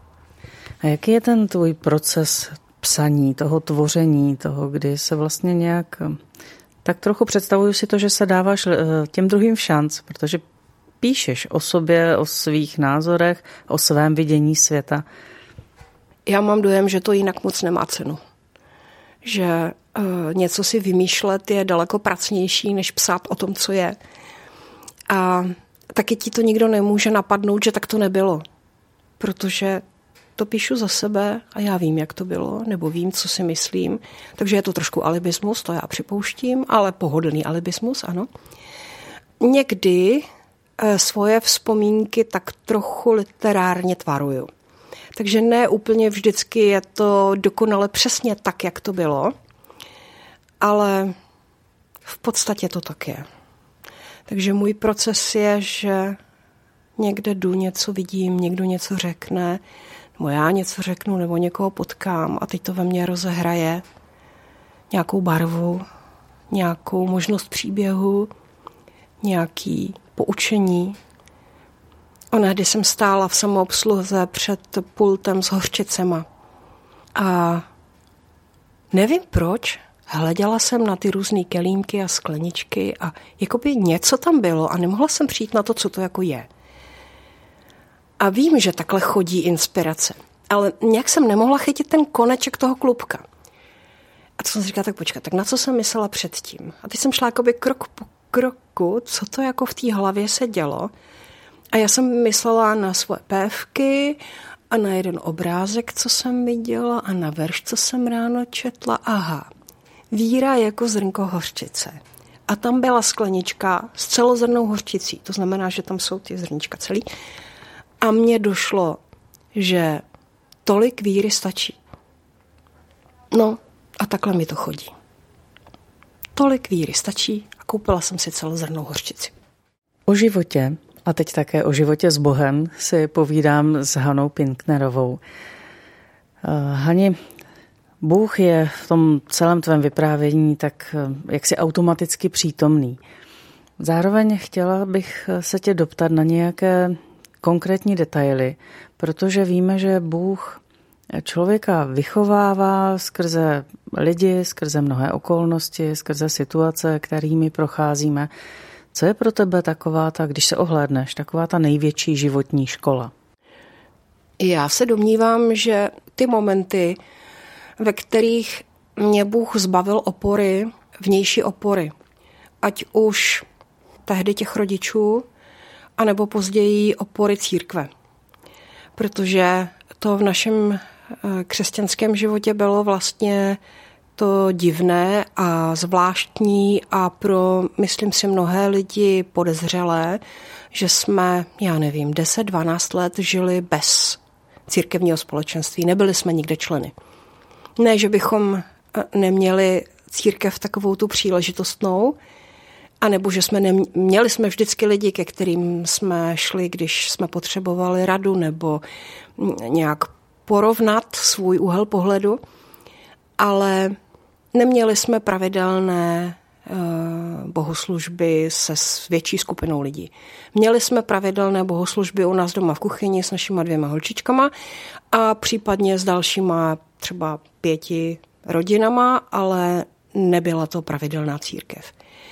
A jaký je ten tvůj proces psaní, toho tvoření, toho, kdy se vlastně nějak... Tak trochu představuju si to, že se dáváš těm druhým šanc, protože píšeš o sobě, o svých názorech, o svém vidění světa. Já mám dojem, že to jinak moc nemá cenu. Že uh, něco si vymýšlet je daleko pracnější, než psát o tom, co je. A taky ti to nikdo nemůže napadnout, že tak to nebylo. Protože to píšu za sebe a já vím, jak to bylo, nebo vím, co si myslím. Takže je to trošku alibismus, to já připouštím, ale pohodlný alibismus, ano. Někdy svoje vzpomínky tak trochu literárně tvaruju. Takže ne úplně vždycky je to dokonale přesně tak, jak to bylo, ale v podstatě to tak je. Takže můj proces je, že někde jdu, něco vidím, někdo něco řekne, nebo já něco řeknu, nebo někoho potkám a teď to ve mně rozehraje nějakou barvu, nějakou možnost příběhu, nějaký poučení. Onehdy jsem stála v samoobsluze před pultem s hořčicema. A nevím proč, hleděla jsem na ty různé kelímky a skleničky a jakoby něco tam bylo a nemohla jsem přijít na to, co to jako je. A vím, že takhle chodí inspirace, ale nějak jsem nemohla chytit ten koneček toho klubka. A to jsem si říkala, tak počkat, tak na co jsem myslela předtím? A teď jsem šla jakoby krok po kroku, co to jako v té hlavě se dělo. A já jsem myslela na svoje pévky a na jeden obrázek, co jsem viděla a na verš, co jsem ráno četla. Aha, víra jako zrnko hořčice. A tam byla sklenička s celozrnnou hořčicí. To znamená, že tam jsou ty zrnička celý. A mně došlo, že tolik víry stačí. No a takhle mi to chodí. Tolik víry stačí a koupila jsem si celozrnnou hořčici. O životě, a teď také o životě s Bohem, si povídám s Hanou Pinknerovou. Hani, Bůh je v tom celém tvém vyprávění tak jaksi automaticky přítomný. Zároveň chtěla bych se tě doptat na nějaké konkrétní detaily, protože víme, že Bůh člověka vychovává skrze lidi, skrze mnohé okolnosti, skrze situace, kterými procházíme. Co je pro tebe taková ta, když se ohlédneš, taková ta největší životní škola? Já se domnívám, že ty momenty, ve kterých mě Bůh zbavil opory, vnější opory, ať už tehdy těch rodičů, anebo později opory církve. Protože to v našem křesťanském životě bylo vlastně to divné a zvláštní a pro, myslím si, mnohé lidi podezřelé, že jsme, já nevím, deset dvanáct let žili bez církevního společenství. Nebyli jsme nikde členy. Ne, že bychom neměli církev takovou tu příležitostnou, anebo že jsme neměli, měli jsme vždycky lidi, ke kterým jsme šli, když jsme potřebovali radu nebo nějak porovnat svůj úhel pohledu, ale neměli jsme pravidelné uh, bohoslužby se s větší skupinou lidí. Měli jsme pravidelné bohoslužby u nás doma v kuchyni s našima dvěma holčičkama a případně s dalšíma třeba pěti rodinama, ale nebyla to pravidelná církev.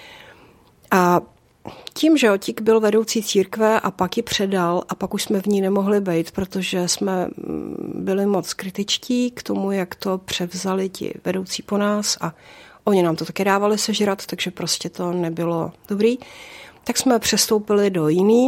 A tím, že Otík byl vedoucí církve a pak ji předal a pak už jsme v ní nemohli být, protože jsme byli moc kritičtí k tomu, jak to převzali ti vedoucí po nás a oni nám to také dávali sežrat, takže prostě to nebylo dobrý, tak jsme přestoupili do jiný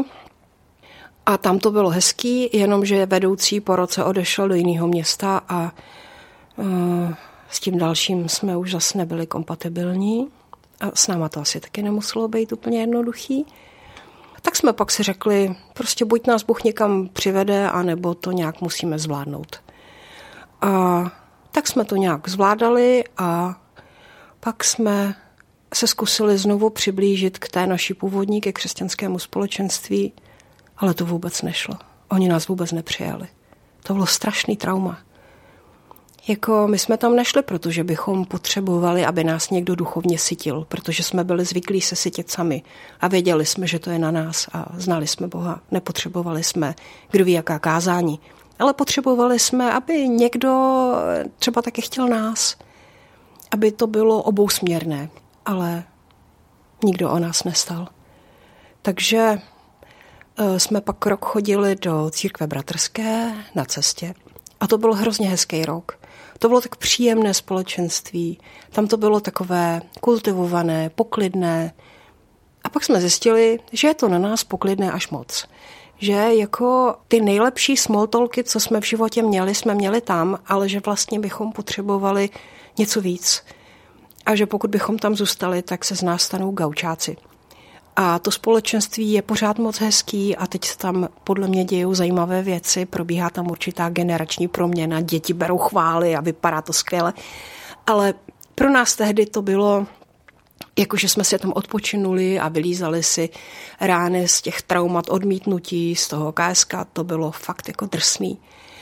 a tam to bylo hezký, jenomže vedoucí po roce odešel do jiného města a uh, s tím dalším jsme už zase nebyli kompatibilní. A s náma to asi taky nemuselo být úplně jednoduchý. Tak jsme pak si řekli, prostě buď nás Bůh někam přivede, anebo to nějak musíme zvládnout. A tak jsme to nějak zvládali a pak jsme se zkusili znovu přiblížit k té naší původní, ke křesťanskému společenství Ale to vůbec nešlo. Oni nás vůbec nepřijali. To bylo strašný trauma. Jako my jsme tam nešli, protože bychom potřebovali, aby nás někdo duchovně sytil, protože jsme byli zvyklí se sytit sami a věděli jsme, že to je na nás a znali jsme Boha. Nepotřebovali jsme kdo ví jaká kázání, ale potřebovali jsme, aby někdo třeba taky chtěl nás, aby to bylo obousměrné, ale nikdo o nás nestal. Takže jsme pak rok chodili do církve bratrské na cestě a to byl hrozně hezký rok. To bylo tak příjemné společenství, tam to bylo takové kultivované, poklidné. A pak jsme zjistili, že je to na nás poklidné až moc. Že jako ty nejlepší small talky, co jsme v životě měli, jsme měli tam, ale že vlastně bychom potřebovali něco víc. A že pokud bychom tam zůstali, tak se z nás stanou gaučáci. A to společenství je pořád moc hezký a teď se tam podle mě dějou zajímavé věci, probíhá tam určitá generační proměna, děti berou chvály a vypadá to skvěle. Ale pro nás tehdy to bylo, jakože jsme se tam odpočinuli a vylízali si rány z těch traumat odmítnutí, z toho K S K, to bylo fakt jako drsný.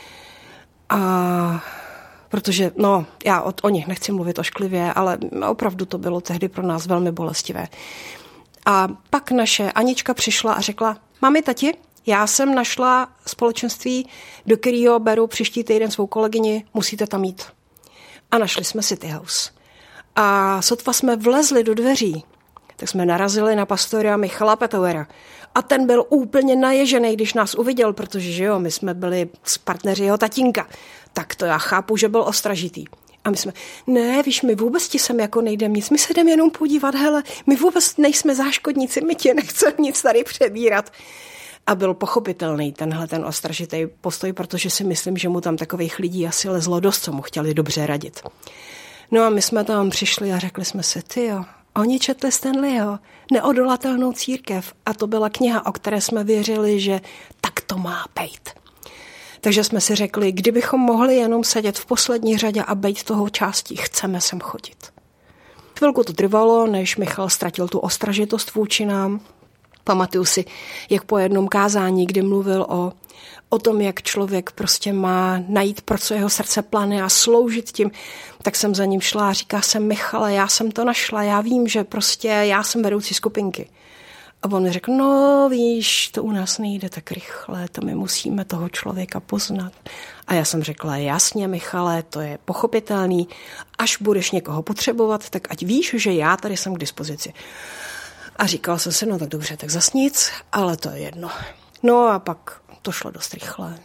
A protože, no, já o, o nich nechci mluvit ošklivě, ale opravdu to bylo tehdy pro nás velmi bolestivé. A pak naše Anička přišla a řekla, mami, tati, já jsem našla společenství, do kterého beru příští týden svou kolegyni, musíte tam jít. A našli jsme City House. A sotva jsme vlezli do dveří, tak jsme narazili na pastora Michala Petauera. A ten byl úplně naježený, když nás uviděl, protože že jo, my jsme byli s partneři jeho tatínka. Tak to já chápu, že byl ostražitý. A my jsme, ne, víš, my vůbec ti sem jako nejdem nic, my se jdem jenom podívat, hele, my vůbec nejsme záškodníci, my tě nechceme nic tady přebírat. A byl pochopitelný tenhle ten ostražitý postoj, protože si myslím, že mu tam takových lidí asi lezlo dost, co mu chtěli dobře radit. No a my jsme tam přišli a řekli jsme si, tyjo, oni četli Stanleyho, Neodolatelnou církev, a to byla kniha, o které jsme věřili, že tak to má být. Takže jsme si řekli, kdybychom mohli jenom sedět v poslední řadě a být toho částí, chceme sem chodit. Chvilku to trvalo, než Michal ztratil tu ostražitost vůči nám. Pamatuju si, jak po jednom kázání, kdy mluvil o, o tom, jak člověk prostě má najít, pro co jeho srdce pláne a sloužit tím, tak jsem za ním šla a říká jsem, Michale, já jsem to našla, já vím, že prostě já jsem vedoucí skupinky. A on mi řekl, no víš, to u nás nejde tak rychle, to my musíme toho člověka poznat. A já jsem řekla, jasně, Michale, to je pochopitelný, až budeš někoho potřebovat, tak ať víš, že já tady jsem k dispozici. A říkala jsem si, no tak dobře, tak zas nic, ale to je jedno. No a pak to šlo dost rychle.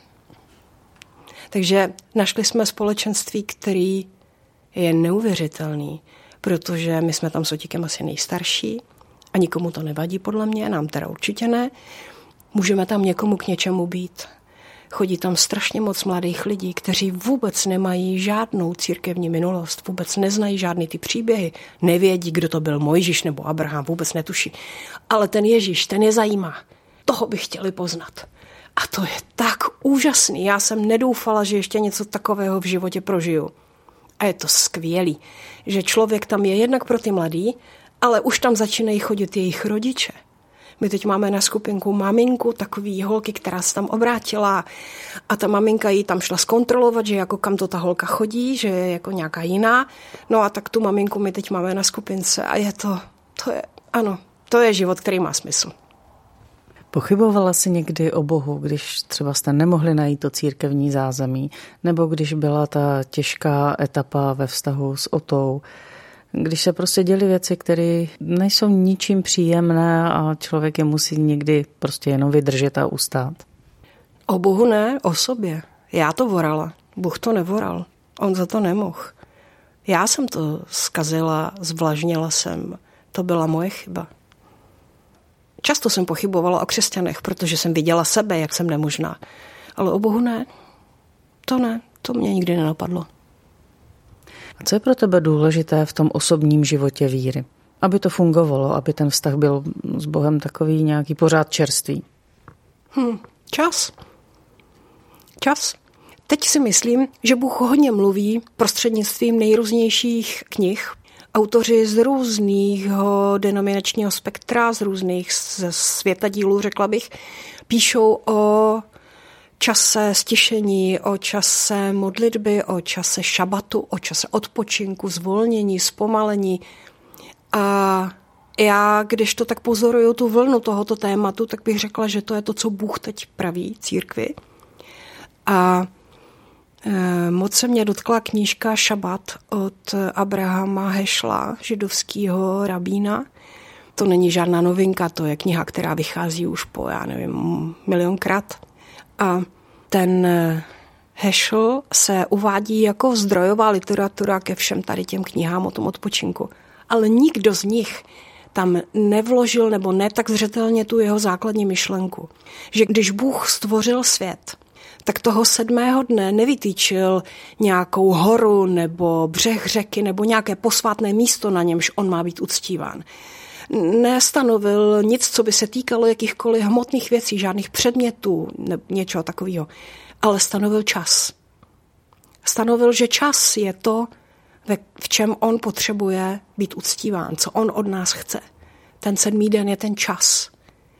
Takže našli jsme společenství, který je neuvěřitelný, protože my jsme tam s Otíkem asi nejstarší a nikomu to nevadí podle mě, nám teda určitě ne. Můžeme tam někomu k něčemu být. Chodí tam strašně moc mladých lidí, kteří vůbec nemají žádnou církevní minulost, vůbec neznají žádný ty příběhy, nevědí, kdo to byl Mojžíš nebo Abraham, vůbec netuší. Ale ten Ježíš, ten je zajímá. Toho by chtěli poznat. A to je tak úžasný. Já jsem nedoufala, že ještě něco takového v životě prožiju. A je to skvělý, že člověk tam je jednak pro ty mladý, ale už tam začínají chodit jejich rodiče. My teď máme na skupinku maminku, takový holky, která se tam obrátila a ta maminka jí tam šla zkontrolovat, že jako kam to ta holka chodí, že je jako nějaká jiná. No a tak tu maminku my teď máme na skupince a je to, to je, ano, to je život, který má smysl. Pochybovala jsi někdy o Bohu, když třeba jste nemohli najít to církevní zázemí, nebo když byla ta těžká etapa ve vztahu s Otou, když se prostě děly věci, které nejsou ničím příjemné a člověk je musí někdy prostě jenom vydržet a ustát? O Bohu ne, o sobě. Já to vorala. Bůh to nevoral. On za to nemohl. Já jsem to zkazila, zvlažnila jsem. To byla moje chyba. Často jsem pochybovala o křesťanech, protože jsem viděla sebe, jak jsem nemožná. Ale o Bohu ne. To ne, to mě nikdy nenapadlo. A co je pro tebe důležité v tom osobním životě víry? Aby to fungovalo, aby ten vztah byl s Bohem takový nějaký pořád čerstvý. Hm, čas. Čas. Teď si myslím, že Bůh hodně mluví prostřednictvím nejrůznějších knih autoři z různého denominačního spektra, z různých světadílů, řekla bych, píšou o čase stišení, o čase modlitby, o čase šabatu, o čase odpočinku, zvolnění, zpomalení. A já, když to tak pozoruju, tu vlnu tohoto tématu, tak bych řekla, že to je to, co Bůh teď praví církvi. A e, moc se mě dotkla knížka Šabat od Abrahama Heschela, židovského rabína. To není žádná novinka, to je kniha, která vychází už po, já nevím, milionkrát. A ten Heschel se uvádí jako zdrojová literatura ke všem tady těm knihám o tom odpočinku. Ale nikdo z nich tam nevložil nebo ne tak zřetelně tu jeho základní myšlenku. Že když Bůh stvořil svět, tak toho sedmého dne nevytýčil nějakou horu nebo břeh řeky nebo nějaké posvátné místo, na němž on má být uctíván. Nestanovil nic, co by se týkalo jakýchkoliv hmotných věcí, žádných předmětů nebo něčeho takového, ale stanovil čas. Stanovil, že čas je to, v čem on potřebuje být uctíván, co on od nás chce. Ten sedmý den je ten čas.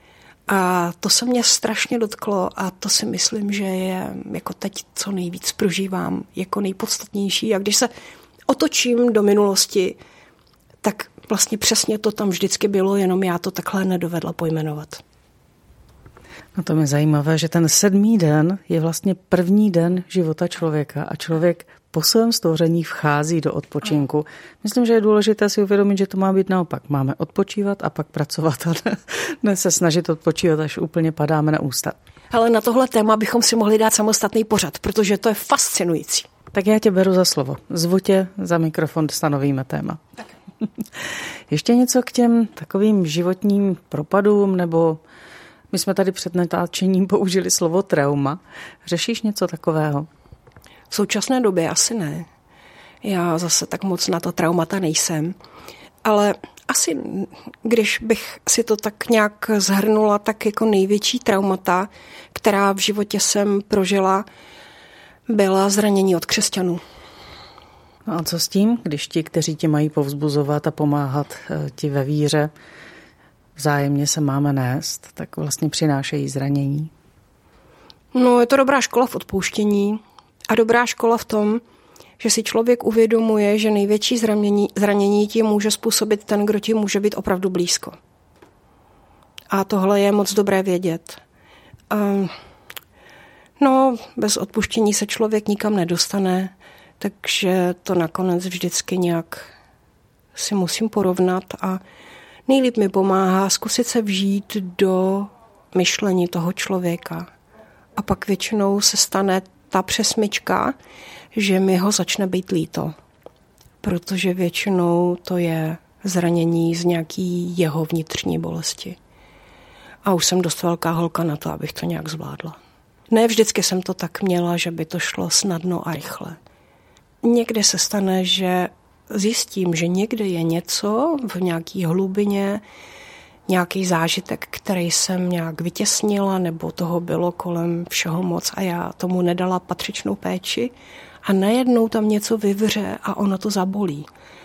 A to se mě strašně dotklo a to si myslím, že je jako teď co nejvíc prožívám jako nejpodstatnější. A když se otočím do minulosti, tak vlastně přesně to tam vždycky bylo, jenom já to takhle nedovedla pojmenovat. No to je zajímavé, že ten sedmý den je vlastně první den života člověka a člověk po svém stvoření vchází do odpočinku. Myslím, že je důležité si uvědomit, že to má být naopak. Máme odpočívat a pak pracovat a ne, ne se snažit odpočívat, až úplně padáme na ústa. Ale na tohle téma bychom si mohli dát samostatný pořad, protože to je fascinující. Tak já tě beru za slovo. Zvu tě za mikrofon, stanovíme téma. Tak. Ještě něco k těm takovým životním propadům, nebo my jsme tady před natáčením použili slovo trauma. Řešíš něco takového? V současné době asi ne. Já zase tak moc na to traumata nejsem. Ale asi, když bych si to tak nějak zhrnula, tak jako největší traumata, která v životě jsem prožila, byla zranění od křesťanů. No a co s tím, když ti, kteří tě mají povzbuzovat a pomáhat ti ve víře, vzájemně se máme nést, tak vlastně přinášejí zranění? No, je to dobrá škola v odpouštění a dobrá škola v tom, že si člověk uvědomuje, že největší zranění, zranění ti může způsobit ten, kdo ti může být opravdu blízko. A tohle je moc dobré vědět. A no, bez odpuštění se člověk nikam nedostane, takže to nakonec vždycky nějak si musím porovnat a nejlíp mi pomáhá zkusit se vžít do myšlení toho člověka. A pak většinou se stane ta přesmyčka, že mi ho začne být líto. Protože většinou to je zranění z nějaký jeho vnitřní bolesti. A už jsem dost velká holka na to, abych to nějak zvládla. Ne vždycky jsem to tak měla, že by to šlo snadno a rychle. Někde se stane, že zjistím, že někde je něco v nějaký hlubině, nějaký zážitek, který jsem nějak vytěsnila, nebo toho bylo kolem všeho moc a já tomu nedala patřičnou péči a najednou tam něco vyvře a ono to zabolí.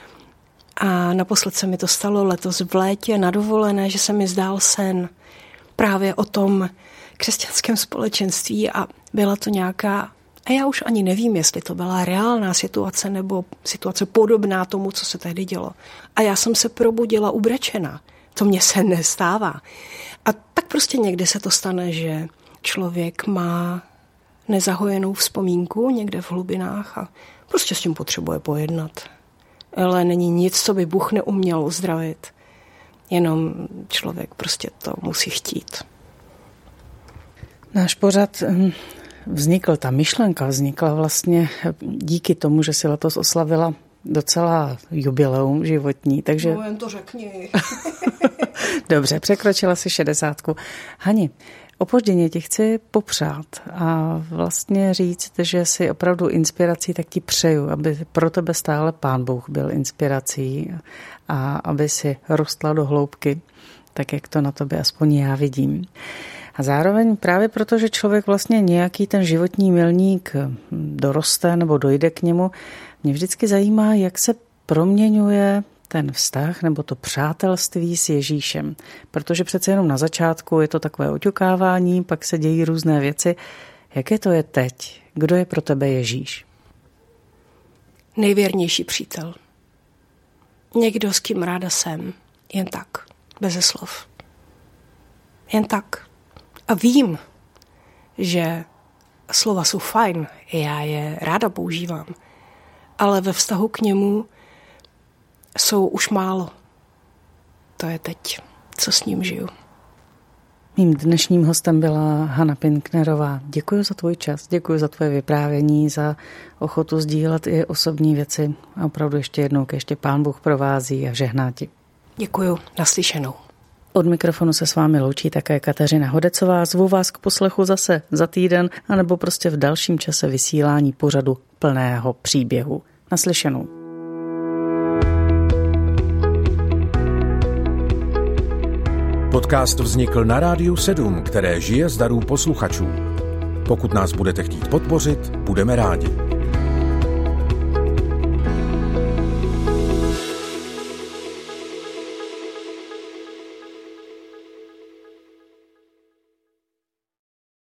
A naposled se mi to stalo letos v létě na dovolené, že se mi zdál sen právě o tom křesťanském společenství a byla to nějaká, a já už ani nevím, jestli to byla reálná situace nebo situace podobná tomu, co se tehdy dělo. A já jsem se probudila ubrečená. To mně se nestává. A tak prostě někdy se to stane, že člověk má nezahojenou vzpomínku někde v hlubinách a prostě s tím potřebuje pojednat. Ale není nic, co by Bůh neuměl uzdravit. Jenom člověk prostě to musí chtít. Náš pořad vznikl, ta myšlenka vznikla vlastně díky tomu, že si letos oslavila docela jubileum životní, takže... No jen to řekni. Dobře, překročila si šedesátku. Hani, opožděně ti chci popřát a vlastně říct, že jsi opravdu inspirací, tak ti přeju, aby pro tebe stále Pán Bůh byl inspirací a aby si rostla do hloubky, tak jak to na tobě aspoň já vidím. A zároveň právě proto, že člověk vlastně nějaký ten životní milník doroste nebo dojde k němu, mě vždycky zajímá, jak se proměňuje ten vztah nebo to přátelství s Ježíšem. Protože přece jenom na začátku je to takové oťukávání, pak se dějí různé věci. Jaké to je teď? Kdo je pro tebe Ježíš? Nejvěrnější přítel. Někdo, s kým ráda jsem. Jen tak. Beze slov. Jen tak. A vím, že slova jsou fajn. Já je ráda používám. Ale ve vztahu k němu jsou už málo. To je teď, co s ním žiju. Mým dnešním hostem byla Hana Pinknerová. Děkuji za tvůj čas, děkuji za tvoje vyprávění, za ochotu sdílet i osobní věci. A opravdu ještě jednou, ještě Pán Bůh provází a žehná ti. Děkuji, naslyšenou. Od mikrofonu se s vámi loučí také Kateřina Hodecová. Zvu vás k poslechu zase za týden, anebo prostě v dalším čase vysílání pořadu plného příběhu. Naslyšenou. Podcast vznikl na Rádiu sedm, které žije z darů posluchačů. Pokud nás budete chtít podpořit, budeme rádi.